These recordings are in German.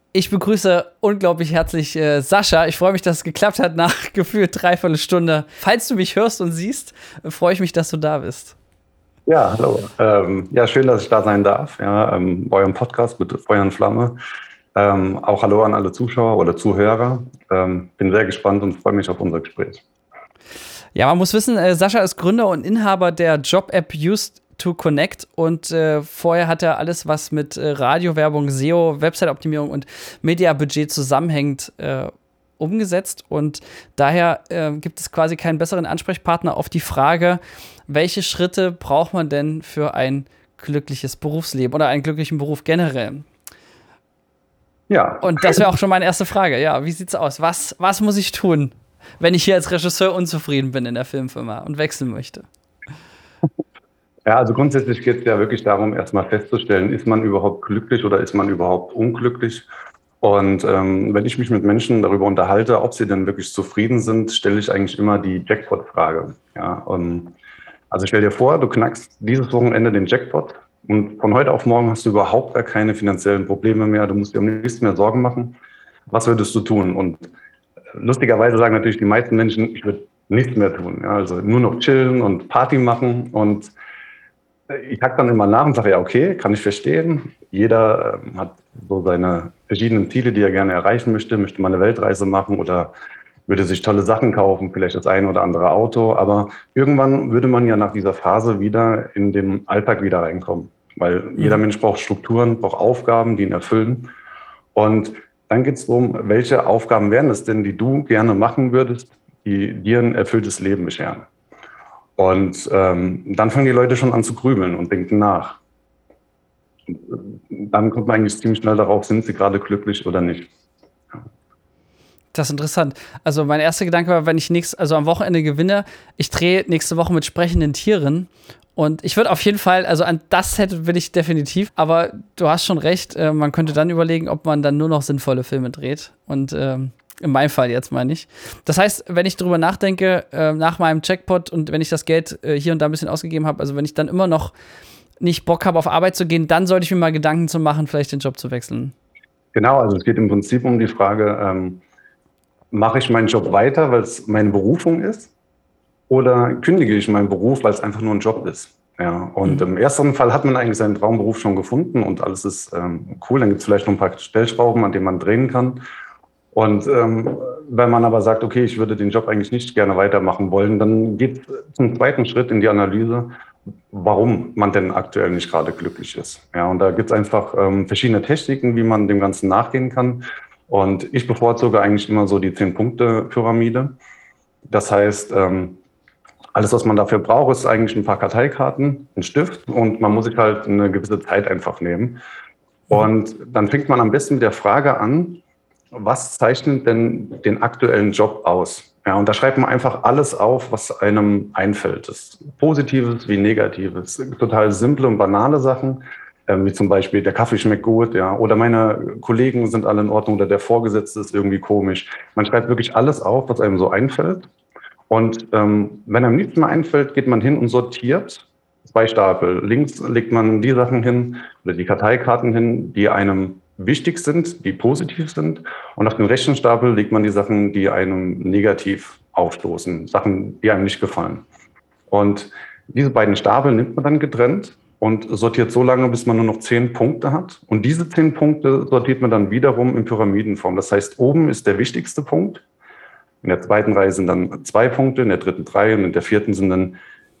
Ich begrüße unglaublich herzlich Sascha. Ich freue mich, dass es geklappt hat nach gefühlt 3/4 Stunde. Falls du mich hörst und siehst, freue ich mich, dass du da bist. Ja, hallo. Ja, schön, dass ich da sein darf. Ja, bei eurem Podcast mit Feuer und Flamme. Auch hallo an alle Zuschauer oder Zuhörer. Bin sehr gespannt und freue mich auf unser Gespräch. Ja, man muss wissen, Sascha ist Gründer und Inhaber der Job-App Used to Connect und vorher hat er alles, was mit Radiowerbung, SEO, Website-Optimierung und Mediabudget zusammenhängt, umgesetzt. Und daher gibt es quasi keinen besseren Ansprechpartner auf die Frage, welche Schritte braucht man denn für ein glückliches Berufsleben oder einen glücklichen Beruf generell? Ja. Und das wäre auch schon meine erste Frage. Ja, wie sieht's aus? Was muss ich tun, wenn ich hier als Regisseur unzufrieden bin in der Filmfirma und wechseln möchte? Ja, also grundsätzlich geht es ja wirklich darum, erstmal festzustellen, ist man überhaupt glücklich oder ist man überhaupt unglücklich? Und wenn ich mich mit Menschen darüber unterhalte, ob sie denn wirklich zufrieden sind, stelle ich eigentlich immer die Jackpot-Frage. Ja, also stell dir vor, du knackst dieses Wochenende den Jackpot und von heute auf morgen hast du überhaupt gar keine finanziellen Probleme mehr, du musst dir um nichts mehr Sorgen machen. Was würdest du tun? Und lustigerweise sagen natürlich die meisten Menschen, ich würde nichts mehr tun. Ja, also nur noch chillen und Party machen. Und ich hake dann immer nach und sage, ja, okay, kann ich verstehen. Jeder hat so seine verschiedenen Ziele, die er gerne erreichen möchte mal eine Weltreise machen oder würde sich tolle Sachen kaufen, vielleicht das eine oder andere Auto. Aber irgendwann würde man ja nach dieser Phase wieder in den Alltag wieder reinkommen. Weil jeder Mensch braucht Strukturen, braucht Aufgaben, die ihn erfüllen. Und dann geht es darum, welche Aufgaben wären es denn, die du gerne machen würdest, die dir ein erfülltes Leben bescheren. Und dann fangen die Leute schon an zu grübeln und denken nach. Und dann kommt man eigentlich ziemlich schnell darauf, sind sie gerade glücklich oder nicht. Das ist interessant. Also mein erster Gedanke war, wenn ich am Wochenende gewinne, ich drehe nächste Woche mit sprechenden Tieren. Und ich würde auf jeden Fall, also an das Set will ich definitiv, aber du hast schon recht, man könnte dann überlegen, ob man dann nur noch sinnvolle Filme dreht. Und in meinem Fall jetzt meine ich. Das heißt, wenn ich drüber nachdenke, nach meinem Jackpot und wenn ich das Geld hier und da ein bisschen ausgegeben habe, also wenn ich dann immer noch nicht Bock habe, auf Arbeit zu gehen, dann sollte ich mir mal Gedanken zu machen, vielleicht den Job zu wechseln. Genau, also es geht im Prinzip um die Frage, mache ich meinen Job weiter, weil es meine Berufung ist? Oder kündige ich meinen Beruf, weil es einfach nur ein Job ist? Ja, und im ersten Fall hat man eigentlich seinen Traumberuf schon gefunden und alles ist cool. Dann gibt es vielleicht noch ein paar Stellschrauben, an denen man drehen kann. Und wenn man aber sagt, okay, ich würde den Job eigentlich nicht gerne weitermachen wollen, dann geht es zum zweiten Schritt in die Analyse, warum man denn aktuell nicht gerade glücklich ist. Ja, und da gibt es einfach verschiedene Techniken, wie man dem Ganzen nachgehen kann. Und ich bevorzuge eigentlich immer so die 10-Punkte-Pyramide. Das heißt, alles, was man dafür braucht, ist eigentlich ein paar Karteikarten, ein Stift und man muss sich halt eine gewisse Zeit einfach nehmen. Und dann fängt man am besten mit der Frage an, was zeichnet denn den aktuellen Job aus? Ja, und da schreibt man einfach alles auf, was einem einfällt. Das Positives wie Negatives, total simple und banale Sachen, wie zum Beispiel der Kaffee schmeckt gut, ja, oder meine Kollegen sind alle in Ordnung oder der Vorgesetzte ist irgendwie komisch. Man schreibt wirklich alles auf, was einem so einfällt. Und wenn einem nichts mehr einfällt, geht man hin und sortiert 2 Stapel. Links legt man die Sachen hin oder die Karteikarten hin, die einem wichtig sind, die positiv sind. Und auf dem rechten Stapel legt man die Sachen, die einem negativ aufstoßen, Sachen, die einem nicht gefallen. Und diese beiden Stapel nimmt man dann getrennt und sortiert so lange, bis man nur noch 10 Punkte hat. Und diese 10 Punkte sortiert man dann wiederum in Pyramidenform. Das heißt, oben ist der wichtigste Punkt. In der zweiten Reihe sind dann 2 Punkte, in der dritten 3 und in der vierten sind dann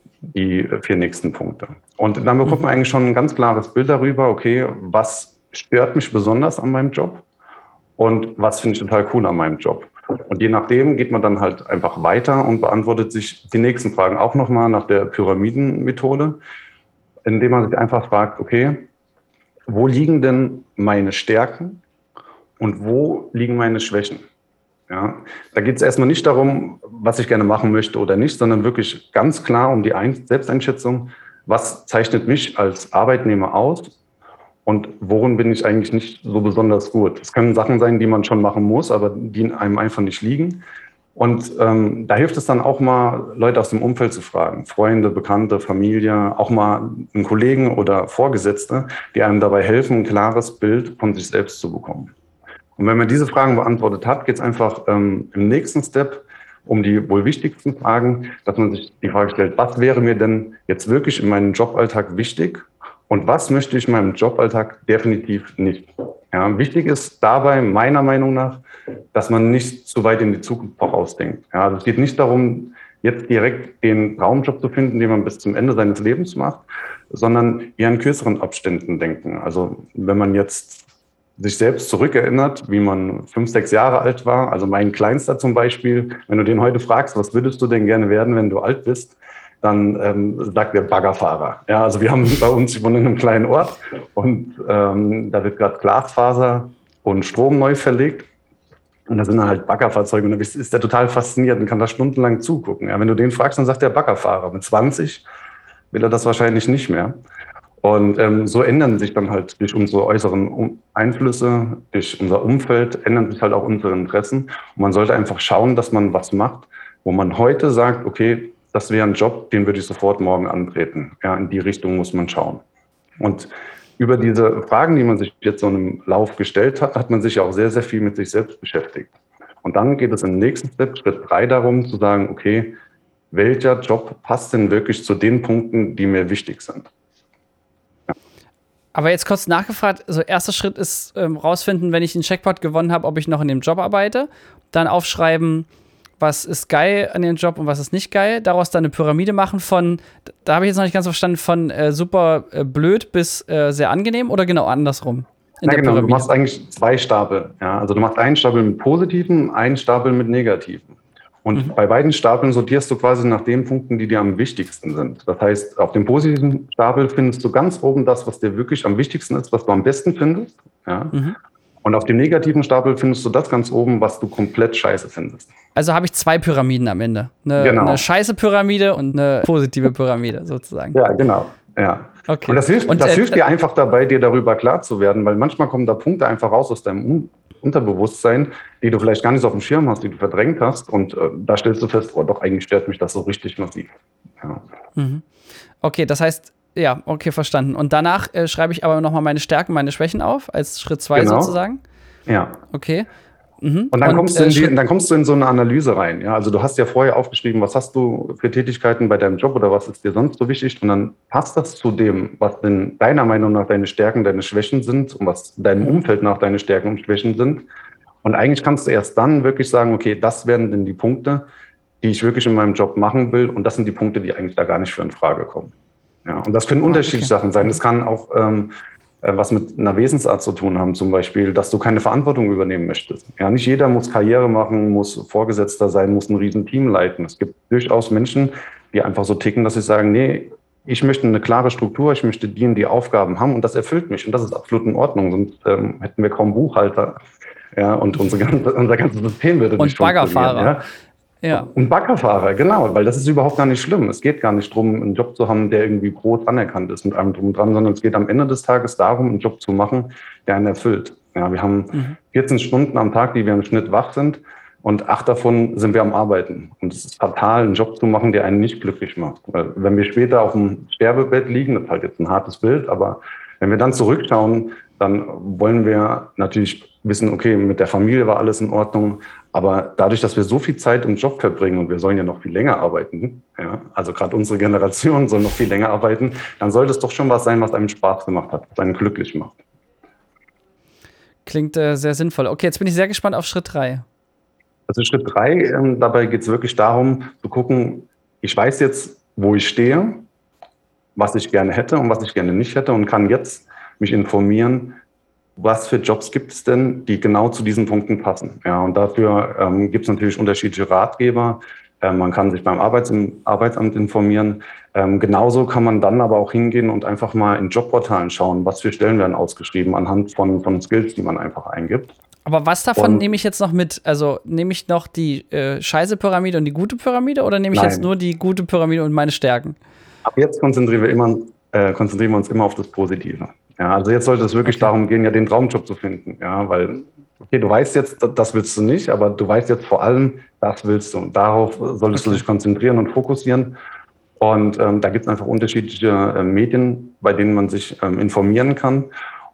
die 4 nächsten Punkte. Und dann bekommt man eigentlich schon ein ganz klares Bild darüber, okay, was stört mich besonders an meinem Job und was finde ich total cool an meinem Job. Und je nachdem geht man dann halt einfach weiter und beantwortet sich die nächsten Fragen auch nochmal nach der Pyramidenmethode, indem man sich einfach fragt, okay, wo liegen denn meine Stärken und wo liegen meine Schwächen? Ja, da geht es erstmal nicht darum, was ich gerne machen möchte oder nicht, sondern wirklich ganz klar um die Selbsteinschätzung, was zeichnet mich als Arbeitnehmer aus und worin bin ich eigentlich nicht so besonders gut. Es können Sachen sein, die man schon machen muss, aber die einem einfach nicht liegen. Und da hilft es dann auch mal, Leute aus dem Umfeld zu fragen, Freunde, Bekannte, Familie, auch mal einen Kollegen oder Vorgesetzte, die einem dabei helfen, ein klares Bild von sich selbst zu bekommen. Und wenn man diese Fragen beantwortet hat, geht es einfach im nächsten Step um die wohl wichtigsten Fragen, dass man sich die Frage stellt, was wäre mir denn jetzt wirklich in meinem Joballtag wichtig und was möchte ich in meinem Joballtag definitiv nicht. Ja, wichtig ist dabei meiner Meinung nach, dass man nicht zu weit in die Zukunft vorausdenkt. Ja, also es geht nicht darum, jetzt direkt den Traumjob zu finden, den man bis zum Ende seines Lebens macht, sondern eher in kürzeren Abständen denken. Also wenn man jetzt sich selbst zurückerinnert, wie man 5, 6 Jahre alt war, also mein Kleinster zum Beispiel, wenn du den heute fragst, was würdest du denn gerne werden, wenn du alt bist, dann sagt der Baggerfahrer. Ja, also wir haben bei uns, ich wohne in einem kleinen Ort und da wird gerade Glasfaser und Strom neu verlegt. Und da sind dann halt Baggerfahrzeuge und da ist der total fasziniert und kann da stundenlang zugucken. Ja, wenn du den fragst, dann sagt der Baggerfahrer. Mit 20 will er das wahrscheinlich nicht mehr. Und so ändern sich dann halt durch unsere äußeren Einflüsse, durch unser Umfeld, ändern sich halt auch unsere Interessen. Und man sollte einfach schauen, dass man was macht, wo man heute sagt, okay, das wäre ein Job, den würde ich sofort morgen antreten. Ja, in die Richtung muss man schauen. Und über diese Fragen, die man sich jetzt so im Lauf gestellt hat, hat man sich auch sehr, sehr viel mit sich selbst beschäftigt. Und dann geht es im nächsten Step, Schritt 3, darum zu sagen, okay, welcher Job passt denn wirklich zu den Punkten, die mir wichtig sind? Aber jetzt kurz nachgefragt, also erster Schritt ist rausfinden, wenn ich den Checkpot gewonnen habe, ob ich noch in dem Job arbeite. Dann aufschreiben, was ist geil an dem Job und was ist nicht geil. Daraus dann eine Pyramide machen von, da habe ich jetzt noch nicht ganz verstanden, von super blöd bis sehr angenehm oder genau andersrum? Ja, genau, du machst eigentlich 2 Stapel. Ja? Also du machst einen Stapel mit positiven, einen Stapel mit negativen. Und bei beiden Stapeln sortierst du quasi nach den Punkten, die dir am wichtigsten sind. Das heißt, auf dem positiven Stapel findest du ganz oben das, was dir wirklich am wichtigsten ist, was du am besten findest. Ja? Und auf dem negativen Stapel findest du das ganz oben, was du komplett scheiße findest. Also habe ich 2 Pyramiden am Ende. Eine scheiße Pyramide und eine positive Pyramide sozusagen. Ja, genau. Ja. Okay. Und das hilft dir einfach dabei, dir darüber klar zu werden, weil manchmal kommen da Punkte einfach raus aus deinem Unterbewusstsein, die du vielleicht gar nicht so auf dem Schirm hast, die du verdrängt hast. Und da stellst du fest, oh doch, eigentlich stört mich das so richtig massiv. Ja. Okay, das heißt, ja, okay, verstanden. Und danach schreibe ich aber nochmal meine Stärken, meine Schwächen auf, als Schritt 2 sozusagen? Ja. Okay. Und dann kommst du in so eine Analyse rein. Ja? Also du hast ja vorher aufgeschrieben, was hast du für Tätigkeiten bei deinem Job oder was ist dir sonst so wichtig? Und dann passt das zu dem, was denn deiner Meinung nach deine Stärken, deine Schwächen sind und was deinem Umfeld nach deine Stärken und Schwächen sind. Und eigentlich kannst du erst dann wirklich sagen, okay, das wären denn die Punkte, die ich wirklich in meinem Job machen will. Und das sind die Punkte, die eigentlich da gar nicht für in Frage kommen. Ja, und das können unterschiedliche Sachen sein. Das kann auch was mit einer Wesensart zu tun haben, zum Beispiel, dass du keine Verantwortung übernehmen möchtest. Ja, nicht jeder muss Karriere machen, muss Vorgesetzter sein, muss ein Riesenteam leiten. Es gibt durchaus Menschen, die einfach so ticken, dass sie sagen, nee, ich möchte eine klare Struktur, ich möchte die Aufgaben haben und das erfüllt mich und das ist absolut in Ordnung. Sonst hätten wir kaum Buchhalter, ja, und unser ganzes System würde nicht funktionieren. Und Baggerfahrer. Ja. Und Baggerfahrer, genau, weil das ist überhaupt gar nicht schlimm. Es geht gar nicht darum, einen Job zu haben, der irgendwie groß anerkannt ist mit allem drum und dran, sondern es geht am Ende des Tages darum, einen Job zu machen, der einen erfüllt. Ja, wir haben 14 Stunden am Tag, die wir im Schnitt wach sind und 8 davon sind wir am Arbeiten. Und es ist fatal, einen Job zu machen, der einen nicht glücklich macht. Weil wenn wir später auf dem Sterbebett liegen, das ist halt jetzt ein hartes Bild, aber wenn wir dann zurückschauen, dann wollen wir natürlich wissen, okay, mit der Familie war alles in Ordnung, aber dadurch, dass wir so viel Zeit im Job verbringen und wir sollen ja noch viel länger arbeiten, ja, also gerade unsere Generation soll noch viel länger arbeiten, dann sollte es doch schon was sein, was einem Spaß gemacht hat, was einen glücklich macht. Klingt sehr sinnvoll. Okay, jetzt bin ich sehr gespannt auf Schritt 3. Also Schritt 3, dabei geht es wirklich darum, zu gucken, ich weiß jetzt, wo ich stehe, was ich gerne hätte und was ich gerne nicht hätte und kann jetzt mich informieren, was für Jobs gibt es denn, die genau zu diesen Punkten passen. Ja, und dafür gibt es natürlich unterschiedliche Ratgeber. Man kann sich beim Arbeitsamt informieren. Genauso kann man dann aber auch hingehen und einfach mal in Jobportalen schauen, was für Stellen werden ausgeschrieben anhand von Skills, die man einfach eingibt. Aber was davon nehme ich jetzt noch mit? Also nehme ich noch die scheiße Pyramide und die gute Pyramide oder nehme ich jetzt nur die gute Pyramide und meine Stärken? Ab jetzt konzentrieren wir uns immer auf das Positive. Ja, also jetzt sollte es wirklich darum gehen, ja den Traumjob zu finden. Ja, weil, okay, du weißt jetzt, das willst du nicht, aber du weißt jetzt vor allem, das willst du. Und darauf solltest du dich konzentrieren und fokussieren. Und da gibt es einfach unterschiedliche Medien, bei denen man sich informieren kann.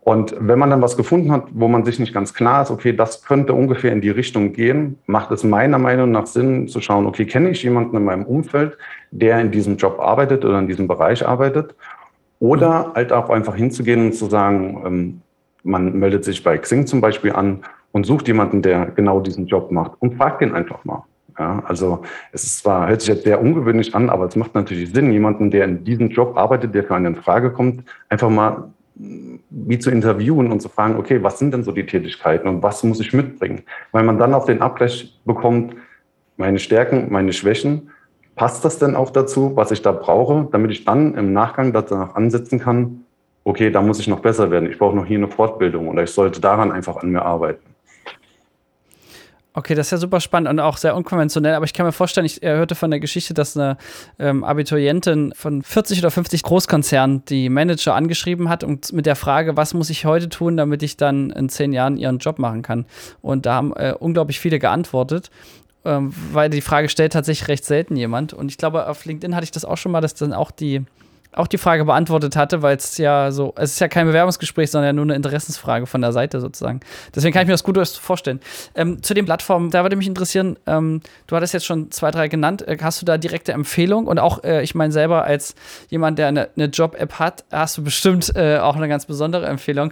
Und wenn man dann was gefunden hat, wo man sich nicht ganz klar ist, okay, das könnte ungefähr in die Richtung gehen, macht es meiner Meinung nach Sinn zu schauen, okay, kenne ich jemanden in meinem Umfeld, der in diesem Job arbeitet oder in diesem Bereich arbeitet? Oder halt auch einfach hinzugehen und zu sagen, man meldet sich bei Xing zum Beispiel an und sucht jemanden, der genau diesen Job macht und fragt den einfach mal. Ja, also es ist zwar, hört sich jetzt sehr ungewöhnlich an, aber es macht natürlich Sinn, jemanden, der in diesem Job arbeitet, der für einen in Frage kommt, einfach mal wie zu interviewen und zu fragen, okay, was sind denn so die Tätigkeiten und was muss ich mitbringen? Weil man dann auch den Abgleich bekommt, meine Stärken, meine Schwächen, passt das denn auch dazu, was ich da brauche, damit ich dann im Nachgang danach ansetzen kann, okay, da muss ich noch besser werden, ich brauche noch hier eine Fortbildung oder ich sollte daran einfach an mir arbeiten. Okay, das ist ja super spannend und auch sehr unkonventionell, aber ich kann mir vorstellen, ich hörte von der Geschichte, dass eine Abiturientin von 40 oder 50 Großkonzernen die Manager angeschrieben hat und mit der Frage, was muss ich heute tun, damit ich dann in 10 Jahren ihren Job machen kann. Und da haben unglaublich viele geantwortet, weil die Frage stellt tatsächlich recht selten jemand. Und ich glaube, auf LinkedIn hatte ich das auch schon mal, dass dann auch die Frage beantwortet hatte, weil es ist ja kein Bewerbungsgespräch, sondern ja nur eine Interessensfrage von der Seite sozusagen. Deswegen kann ich mir das gut vorstellen. Zu den Plattformen, da würde mich interessieren, du hattest jetzt schon 2, 3 genannt, hast du da direkte Empfehlung? Und auch, ich meine selber als jemand, der eine Job-App hat, hast du bestimmt auch eine ganz besondere Empfehlung.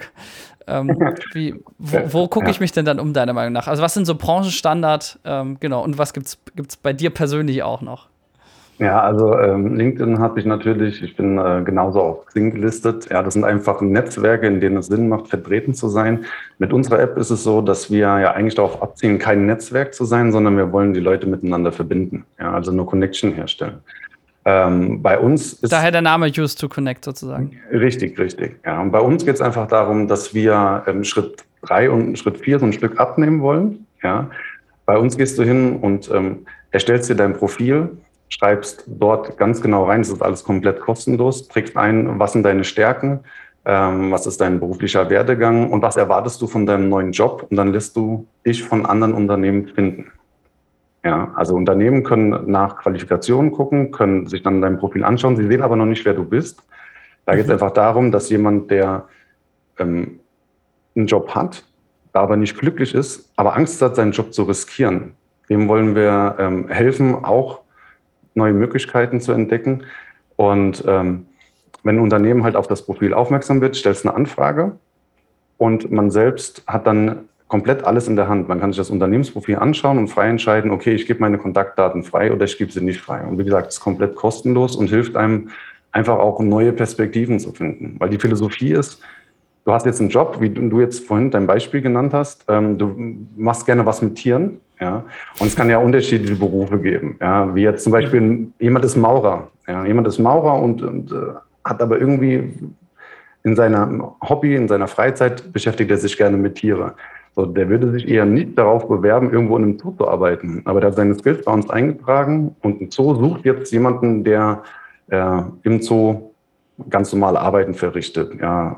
Wo gucke ich mich denn dann deiner Meinung nach? Also was sind so Branchenstandard, genau, und was gibt's bei dir persönlich auch noch? Ja, also LinkedIn habe ich natürlich, ich bin genauso auf Xing gelistet. Ja, das sind einfach Netzwerke, in denen es Sinn macht, vertreten zu sein. Mit unserer App ist es so, dass wir ja eigentlich darauf abzielen, kein Netzwerk zu sein, sondern wir wollen die Leute miteinander verbinden. Ja, also eine Connection herstellen. Bei uns ist daher der Name Used to Connect sozusagen. Richtig. Ja, und bei uns geht es einfach darum, dass wir Schritt 3 und Schritt 4 so ein Stück abnehmen wollen. Ja, bei uns gehst du hin und erstellst dir dein Profil, schreibst dort ganz genau rein, das ist alles komplett kostenlos, trägst ein, was sind deine Stärken, was ist dein beruflicher Werdegang und was erwartest du von deinem neuen Job, und dann lässt du dich von anderen Unternehmen finden. Ja, also Unternehmen können nach Qualifikationen gucken, können sich dann dein Profil anschauen, sie sehen aber noch nicht, wer du bist. Da geht es einfach darum, dass jemand, der einen Job hat, da aber nicht glücklich ist, aber Angst hat, seinen Job zu riskieren, dem wollen wir helfen, auch neue Möglichkeiten zu entdecken. Und wenn ein Unternehmen halt auf das Profil aufmerksam wird, stellst eine Anfrage und man selbst hat dann komplett alles in der Hand. Man kann sich das Unternehmensprofil anschauen und frei entscheiden, okay, ich gebe meine Kontaktdaten frei oder ich gebe sie nicht frei. Und wie gesagt, es ist komplett kostenlos und hilft einem einfach auch neue Perspektiven zu finden. Weil die Philosophie ist, du hast jetzt einen Job, wie du jetzt vorhin dein Beispiel genannt hast, du machst gerne was mit Tieren. Ja, und es kann ja unterschiedliche Berufe geben. Ja, wie jetzt zum Beispiel jemand ist Maurer. Ja, jemand ist Maurer und hat aber irgendwie in seinem Hobby, in seiner Freizeit beschäftigt er sich gerne mit Tieren. So, der würde sich eher nicht darauf bewerben, irgendwo in einem Zoo zu arbeiten. Aber der hat seine Skills bei uns eingetragen und ein Zoo sucht jetzt jemanden, der im Zoo ganz normale Arbeiten verrichtet. Ja,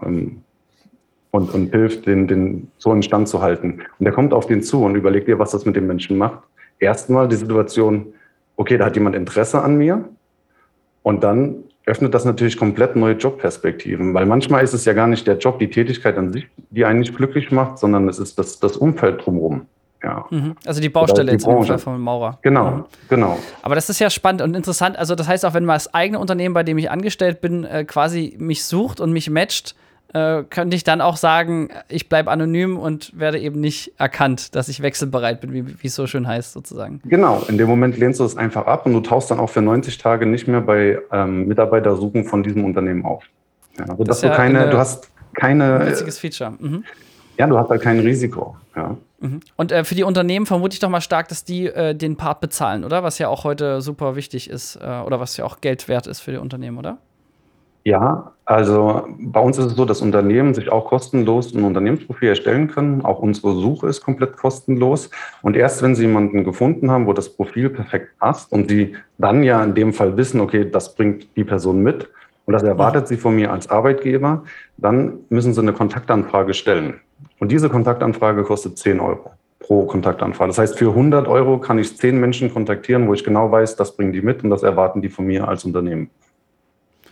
und hilft, den Zoo in Stand zu halten. Und der kommt auf den zu und überlegt dir, was das mit dem Menschen macht. Erstmal die Situation, okay, da hat jemand Interesse an mir. Und dann öffnet das natürlich komplett neue Jobperspektiven. Weil manchmal ist es ja gar nicht der Job, die Tätigkeit an sich, die einen nicht glücklich macht, sondern es ist das Umfeld drumherum. Ja. Also die Baustelle jetzt im Fall von Maurer. Genau. Aber das ist ja spannend und interessant. Also das heißt auch, wenn mal das eigene Unternehmen, bei dem ich angestellt bin, quasi mich sucht und mich matcht, könnte ich dann auch sagen, ich bleibe anonym und werde eben nicht erkannt, dass ich wechselbereit bin, wie es so schön heißt, sozusagen. Genau, in dem Moment lehnst du es einfach ab und du tauchst dann auch für 90 Tage nicht mehr bei Mitarbeitersuchen von diesem Unternehmen auf. Ja, also dass du hast keine. Ein witziges Feature. Ja, du hast halt kein Risiko. Ja. Und für die Unternehmen vermute ich doch mal stark, dass die den Part bezahlen, oder? Was ja auch heute super wichtig ist oder was ja auch Geld wert ist für die Unternehmen, oder? Ja, also bei uns ist es so, dass Unternehmen sich auch kostenlos ein Unternehmensprofil erstellen können. Auch unsere Suche ist komplett kostenlos. Und erst wenn sie jemanden gefunden haben, wo das Profil perfekt passt und sie dann ja in dem Fall wissen, okay, das bringt die Person mit und das erwartet sie von mir als Arbeitgeber, dann müssen sie eine Kontaktanfrage stellen. Und diese Kontaktanfrage kostet 10 Euro pro Kontaktanfrage. Das heißt, für 100 Euro kann ich 10 Menschen kontaktieren, wo ich genau weiß, das bringen die mit und das erwarten die von mir als Unternehmen.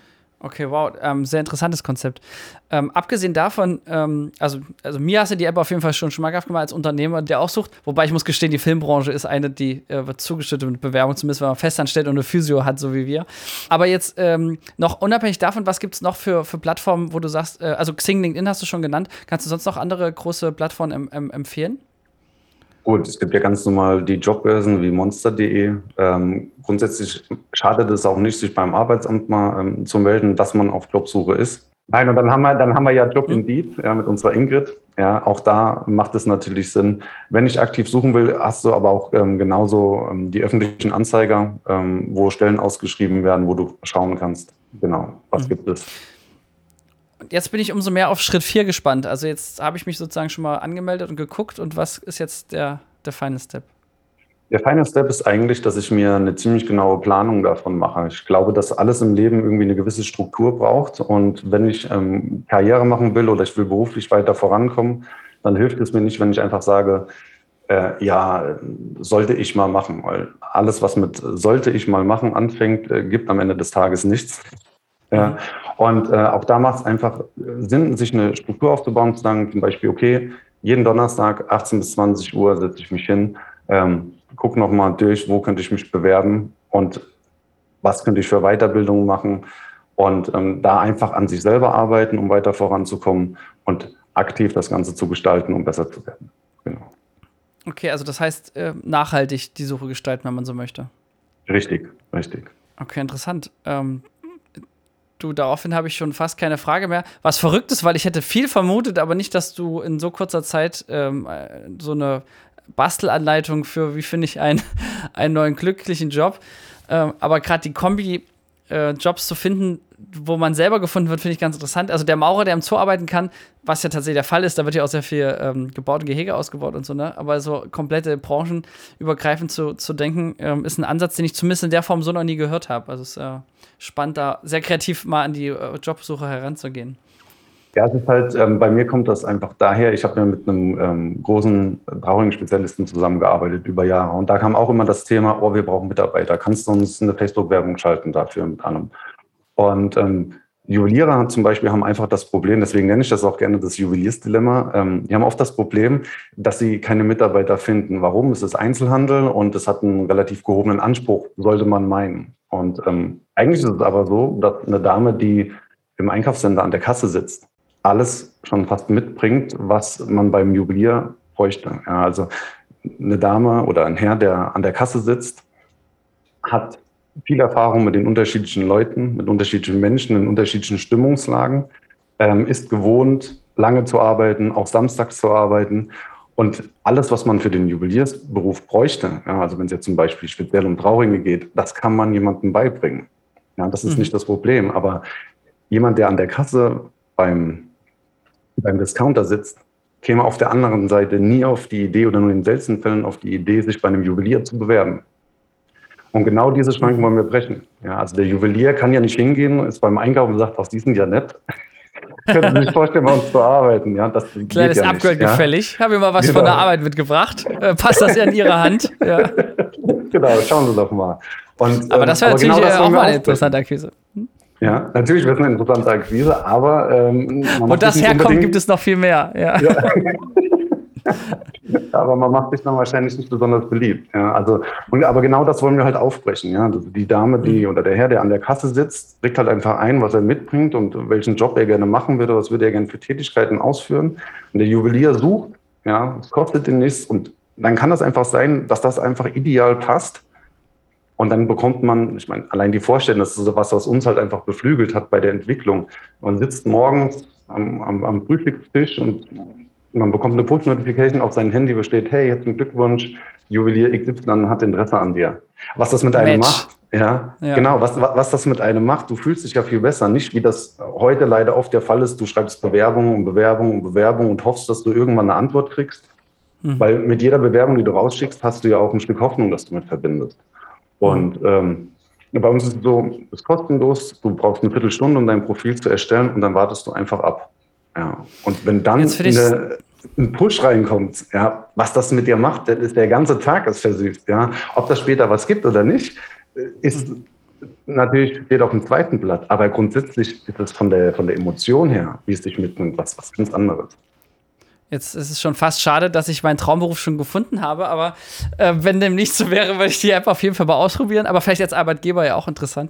Okay, wow, sehr interessantes Konzept. Abgesehen davon, also mir hast du die App auf jeden Fall schon schmackhaft gemacht als Unternehmer, der auch sucht. Wobei ich muss gestehen, die Filmbranche ist eine, die wird zugeschüttet mit Bewerbung, zumindest wenn man festanstellt und eine Physio hat, so wie wir. Aber jetzt noch unabhängig davon, was gibt es noch für Plattformen, wo du sagst, also Xing, LinkedIn hast du schon genannt. Kannst du sonst noch andere große Plattformen empfehlen? Gut, es gibt ja ganz normal die Jobbörsen wie monster.de. Grundsätzlich schadet es auch nicht, sich beim Arbeitsamt mal zu melden, dass man auf Jobsuche ist. Nein, und dann haben wir ja Job Indeed, ja, mit unserer Ingrid. Ja, auch da macht es natürlich Sinn. Wenn ich aktiv suchen will, hast du aber auch genauso die öffentlichen Anzeiger, wo Stellen ausgeschrieben werden, wo du schauen kannst. Genau, was gibt es? Jetzt bin ich umso mehr auf Schritt 4 gespannt. Also jetzt habe ich mich sozusagen schon mal angemeldet und geguckt. Und was ist jetzt der Final Step? Der Final Step ist eigentlich, dass ich mir eine ziemlich genaue Planung davon mache. Ich glaube, dass alles im Leben irgendwie eine gewisse Struktur braucht. Und wenn ich Karriere machen will oder ich will beruflich weiter vorankommen, dann hilft es mir nicht, wenn ich einfach sage, ja, sollte ich mal machen. Weil alles, was mit sollte ich mal machen anfängt, gibt am Ende des Tages nichts. Ja. Und auch da macht es einfach Sinn, sich eine Struktur aufzubauen, zu sagen zum Beispiel, okay, jeden Donnerstag 18 bis 20 Uhr setze ich mich hin, gucke nochmal durch, wo könnte ich mich bewerben und was könnte ich für Weiterbildung machen und da einfach an sich selber arbeiten, um weiter voranzukommen und aktiv das Ganze zu gestalten, um besser zu werden. Genau. Okay, also das heißt, nachhaltig die Suche gestalten, wenn man so möchte. Richtig, richtig. Okay, interessant. Daraufhin habe ich schon fast keine Frage mehr. Was verrückt ist, weil ich hätte viel vermutet, aber nicht, dass du in so kurzer Zeit so eine Bastelanleitung für, wie finde ich einen neuen glücklichen Job. Aber gerade die Kombi Jobs zu finden, wo man selber gefunden wird, finde ich ganz interessant. Also der Maurer, der im Zoo arbeiten kann, was ja tatsächlich der Fall ist, da wird ja auch sehr viel gebaut und Gehege ausgebaut und so, ne? Aber so komplette branchenübergreifend zu denken, ist ein Ansatz, den ich zumindest in der Form so noch nie gehört habe. Also es ist spannend, da sehr kreativ mal an die Jobsuche heranzugehen. Ja, es ist halt, bei mir kommt das einfach daher, ich habe ja mit einem großen Trauring-Spezialisten zusammengearbeitet über Jahre und da kam auch immer das Thema, oh, wir brauchen Mitarbeiter, kannst du uns eine Facebook-Werbung schalten dafür mit allem? Und Juweliere zum Beispiel haben einfach das Problem, deswegen nenne ich das auch gerne das Juweliersdilemma, die haben oft das Problem, dass sie keine Mitarbeiter finden. Warum? Es ist Einzelhandel und es hat einen relativ gehobenen Anspruch, sollte man meinen. Und eigentlich ist es aber so, dass eine Dame, die im Einkaufscenter an der Kasse sitzt, alles schon fast mitbringt, was man beim Juwelier bräuchte. Ja, also eine Dame oder ein Herr, der an der Kasse sitzt, hat viel Erfahrung mit den unterschiedlichen Leuten, mit unterschiedlichen Menschen in unterschiedlichen Stimmungslagen, ist gewohnt, lange zu arbeiten, auch samstags zu arbeiten. Und alles, was man für den Juweliersberuf bräuchte, ja, also wenn es jetzt zum Beispiel speziell um Trauringe geht, das kann man jemandem beibringen. Ja, das ist nicht das Problem. Aber jemand, der an der Kasse beim Discounter sitzt, käme auf der anderen Seite nie auf die Idee oder nur in seltenen Fällen auf die Idee, sich bei einem Juwelier zu bewerben. Und genau diese Schranken wollen wir brechen. Ja, also der Juwelier kann ja nicht hingehen, ist beim Einkaufen und sagt, was die sind ja nett. Können Sie sich vorstellen, bei uns zu arbeiten? Ja, das kleines ja Upgrade gefällig. Habe ich mal was von der Arbeit mitgebracht. Passt das ja in Ihre Hand? Ja. Genau, schauen Sie doch mal. Und, aber das wäre natürlich auch mal eine interessante Akquise. Ja, natürlich wird es eine interessante Akquise, aber wo das herkommt, gibt es noch viel mehr. Ja. Ja. Aber man macht sich dann wahrscheinlich nicht besonders beliebt. Ja, also, aber genau das wollen wir halt aufbrechen. Ja? Die Dame, oder der Herr, der an der Kasse sitzt, trägt halt einfach ein, was er mitbringt und welchen Job er gerne machen würde, was würde er gerne für Tätigkeiten ausführen. Und der Juwelier sucht, ja, es kostet ihn nichts. Und dann kann das einfach sein, dass das einfach ideal passt. Und dann bekommt man, ich meine, allein die Vorstellung, das ist so was uns halt einfach beflügelt hat bei der Entwicklung. Man sitzt morgens am Frühstückstisch und man bekommt eine Push-Notification auf sein Handy, wo steht, hey, herzlichen Glückwunsch, Juwelier XY hat Interesse an dir. Was das mit einem macht, ja, genau, was das mit einem macht, du fühlst dich ja viel besser. Nicht wie das heute leider oft der Fall ist, du schreibst Bewerbung und Bewerbung und Bewerbung und hoffst, dass du irgendwann eine Antwort kriegst. Weil mit jeder Bewerbung, die du rausschickst, hast du ja auch ein Stück Hoffnung, dass du mit verbindest. Und bei uns ist es so, es ist kostenlos, du brauchst eine Viertelstunde, um dein Profil zu erstellen und dann wartest du einfach ab. Ja. Und wenn dann ein Push reinkommt, ja, was das mit dir macht, dann ist der ganze Tag ist versüßt. Ja. Ob das später was gibt oder nicht, ist natürlich steht auf dem zweiten Blatt, aber grundsätzlich ist es von der Emotion her, wie es dich mitnimmt, was ganz anderes. Jetzt ist es schon fast schade, dass ich meinen Traumberuf schon gefunden habe, aber wenn dem nicht so wäre, würde ich die App auf jeden Fall mal ausprobieren, aber vielleicht als Arbeitgeber ja auch interessant.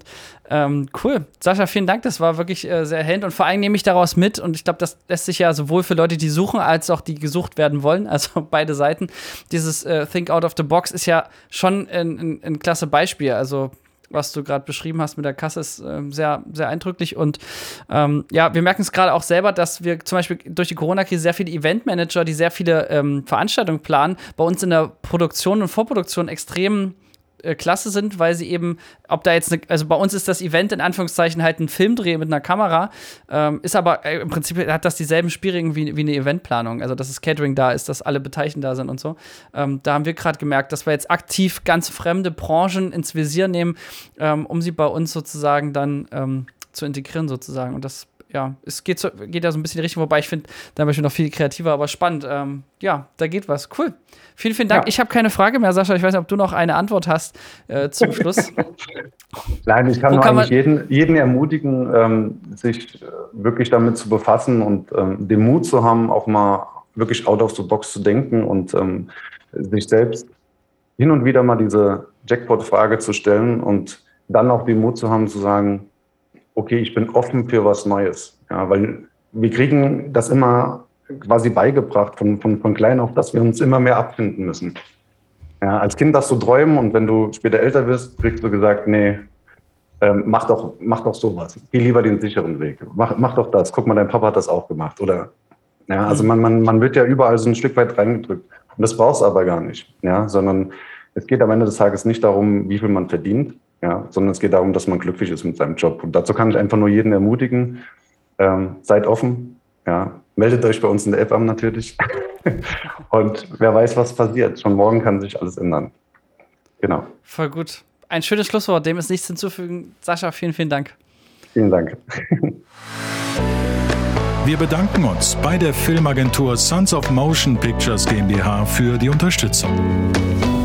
Cool. Sascha, vielen Dank, das war wirklich sehr erhellend und vor allem nehme ich daraus mit und ich glaube, das lässt sich ja sowohl für Leute, die suchen, als auch die gesucht werden wollen, also beide Seiten. Dieses Think Out of the Box ist ja schon ein klasse Beispiel, also was du gerade beschrieben hast mit der Kasse, ist sehr, sehr eindrücklich. Und ja, wir merken es gerade auch selber, dass wir zum Beispiel durch die Corona-Krise sehr viele Eventmanager, die sehr viele Veranstaltungen planen, bei uns in der Produktion und Vorproduktion extrem klasse sind, weil sie eben, ob da jetzt, also bei uns ist das Event in Anführungszeichen halt ein Filmdreh mit einer Kamera, ist aber im Prinzip hat das dieselben Spielregeln wie eine Eventplanung, also dass das Catering da ist, dass alle Beteiligten da sind und so. Da haben wir gerade gemerkt, dass wir jetzt aktiv ganz fremde Branchen ins Visier nehmen, um sie bei uns sozusagen dann zu integrieren sozusagen und das ja, es geht ja so ein bisschen in die Richtung, wobei ich finde, da bin ich noch viel kreativer, aber spannend. Ja, da geht was. Cool. Vielen, vielen Dank. Ja. Ich habe keine Frage mehr, Sascha. Ich weiß nicht, ob du noch eine Antwort hast zum Schluss. Nein, ich kann nur eigentlich jeden ermutigen, sich wirklich damit zu befassen und den Mut zu haben, auch mal wirklich out of the box zu denken und sich selbst hin und wieder mal diese Jackpot-Frage zu stellen und dann auch den Mut zu haben, zu sagen, okay, ich bin offen für was Neues. Ja, weil wir kriegen das immer quasi beigebracht von klein auf, dass wir uns immer mehr abfinden müssen. Ja, als Kind darfst du träumen und wenn du später älter wirst, kriegst du gesagt, nee, mach doch sowas. Geh lieber den sicheren Weg. Mach doch das. Guck mal, dein Papa hat das auch gemacht. Oder, ja, also man wird ja überall so ein Stück weit reingedrückt. Und das brauchst du aber gar nicht. Ja, sondern es geht am Ende des Tages nicht darum, wie viel man verdient, ja, sondern es geht darum, dass man glücklich ist mit seinem Job. Und dazu kann ich einfach nur jeden ermutigen, seid offen, ja, meldet euch bei uns in der App an natürlich. Und wer weiß, was passiert. Schon morgen kann sich alles ändern. Genau. Voll gut. Ein schönes Schlusswort, dem ist nichts hinzufügen. Sascha, vielen, vielen Dank. Vielen Dank. Wir bedanken uns bei der Filmagentur Sons of Motion Pictures GmbH für die Unterstützung.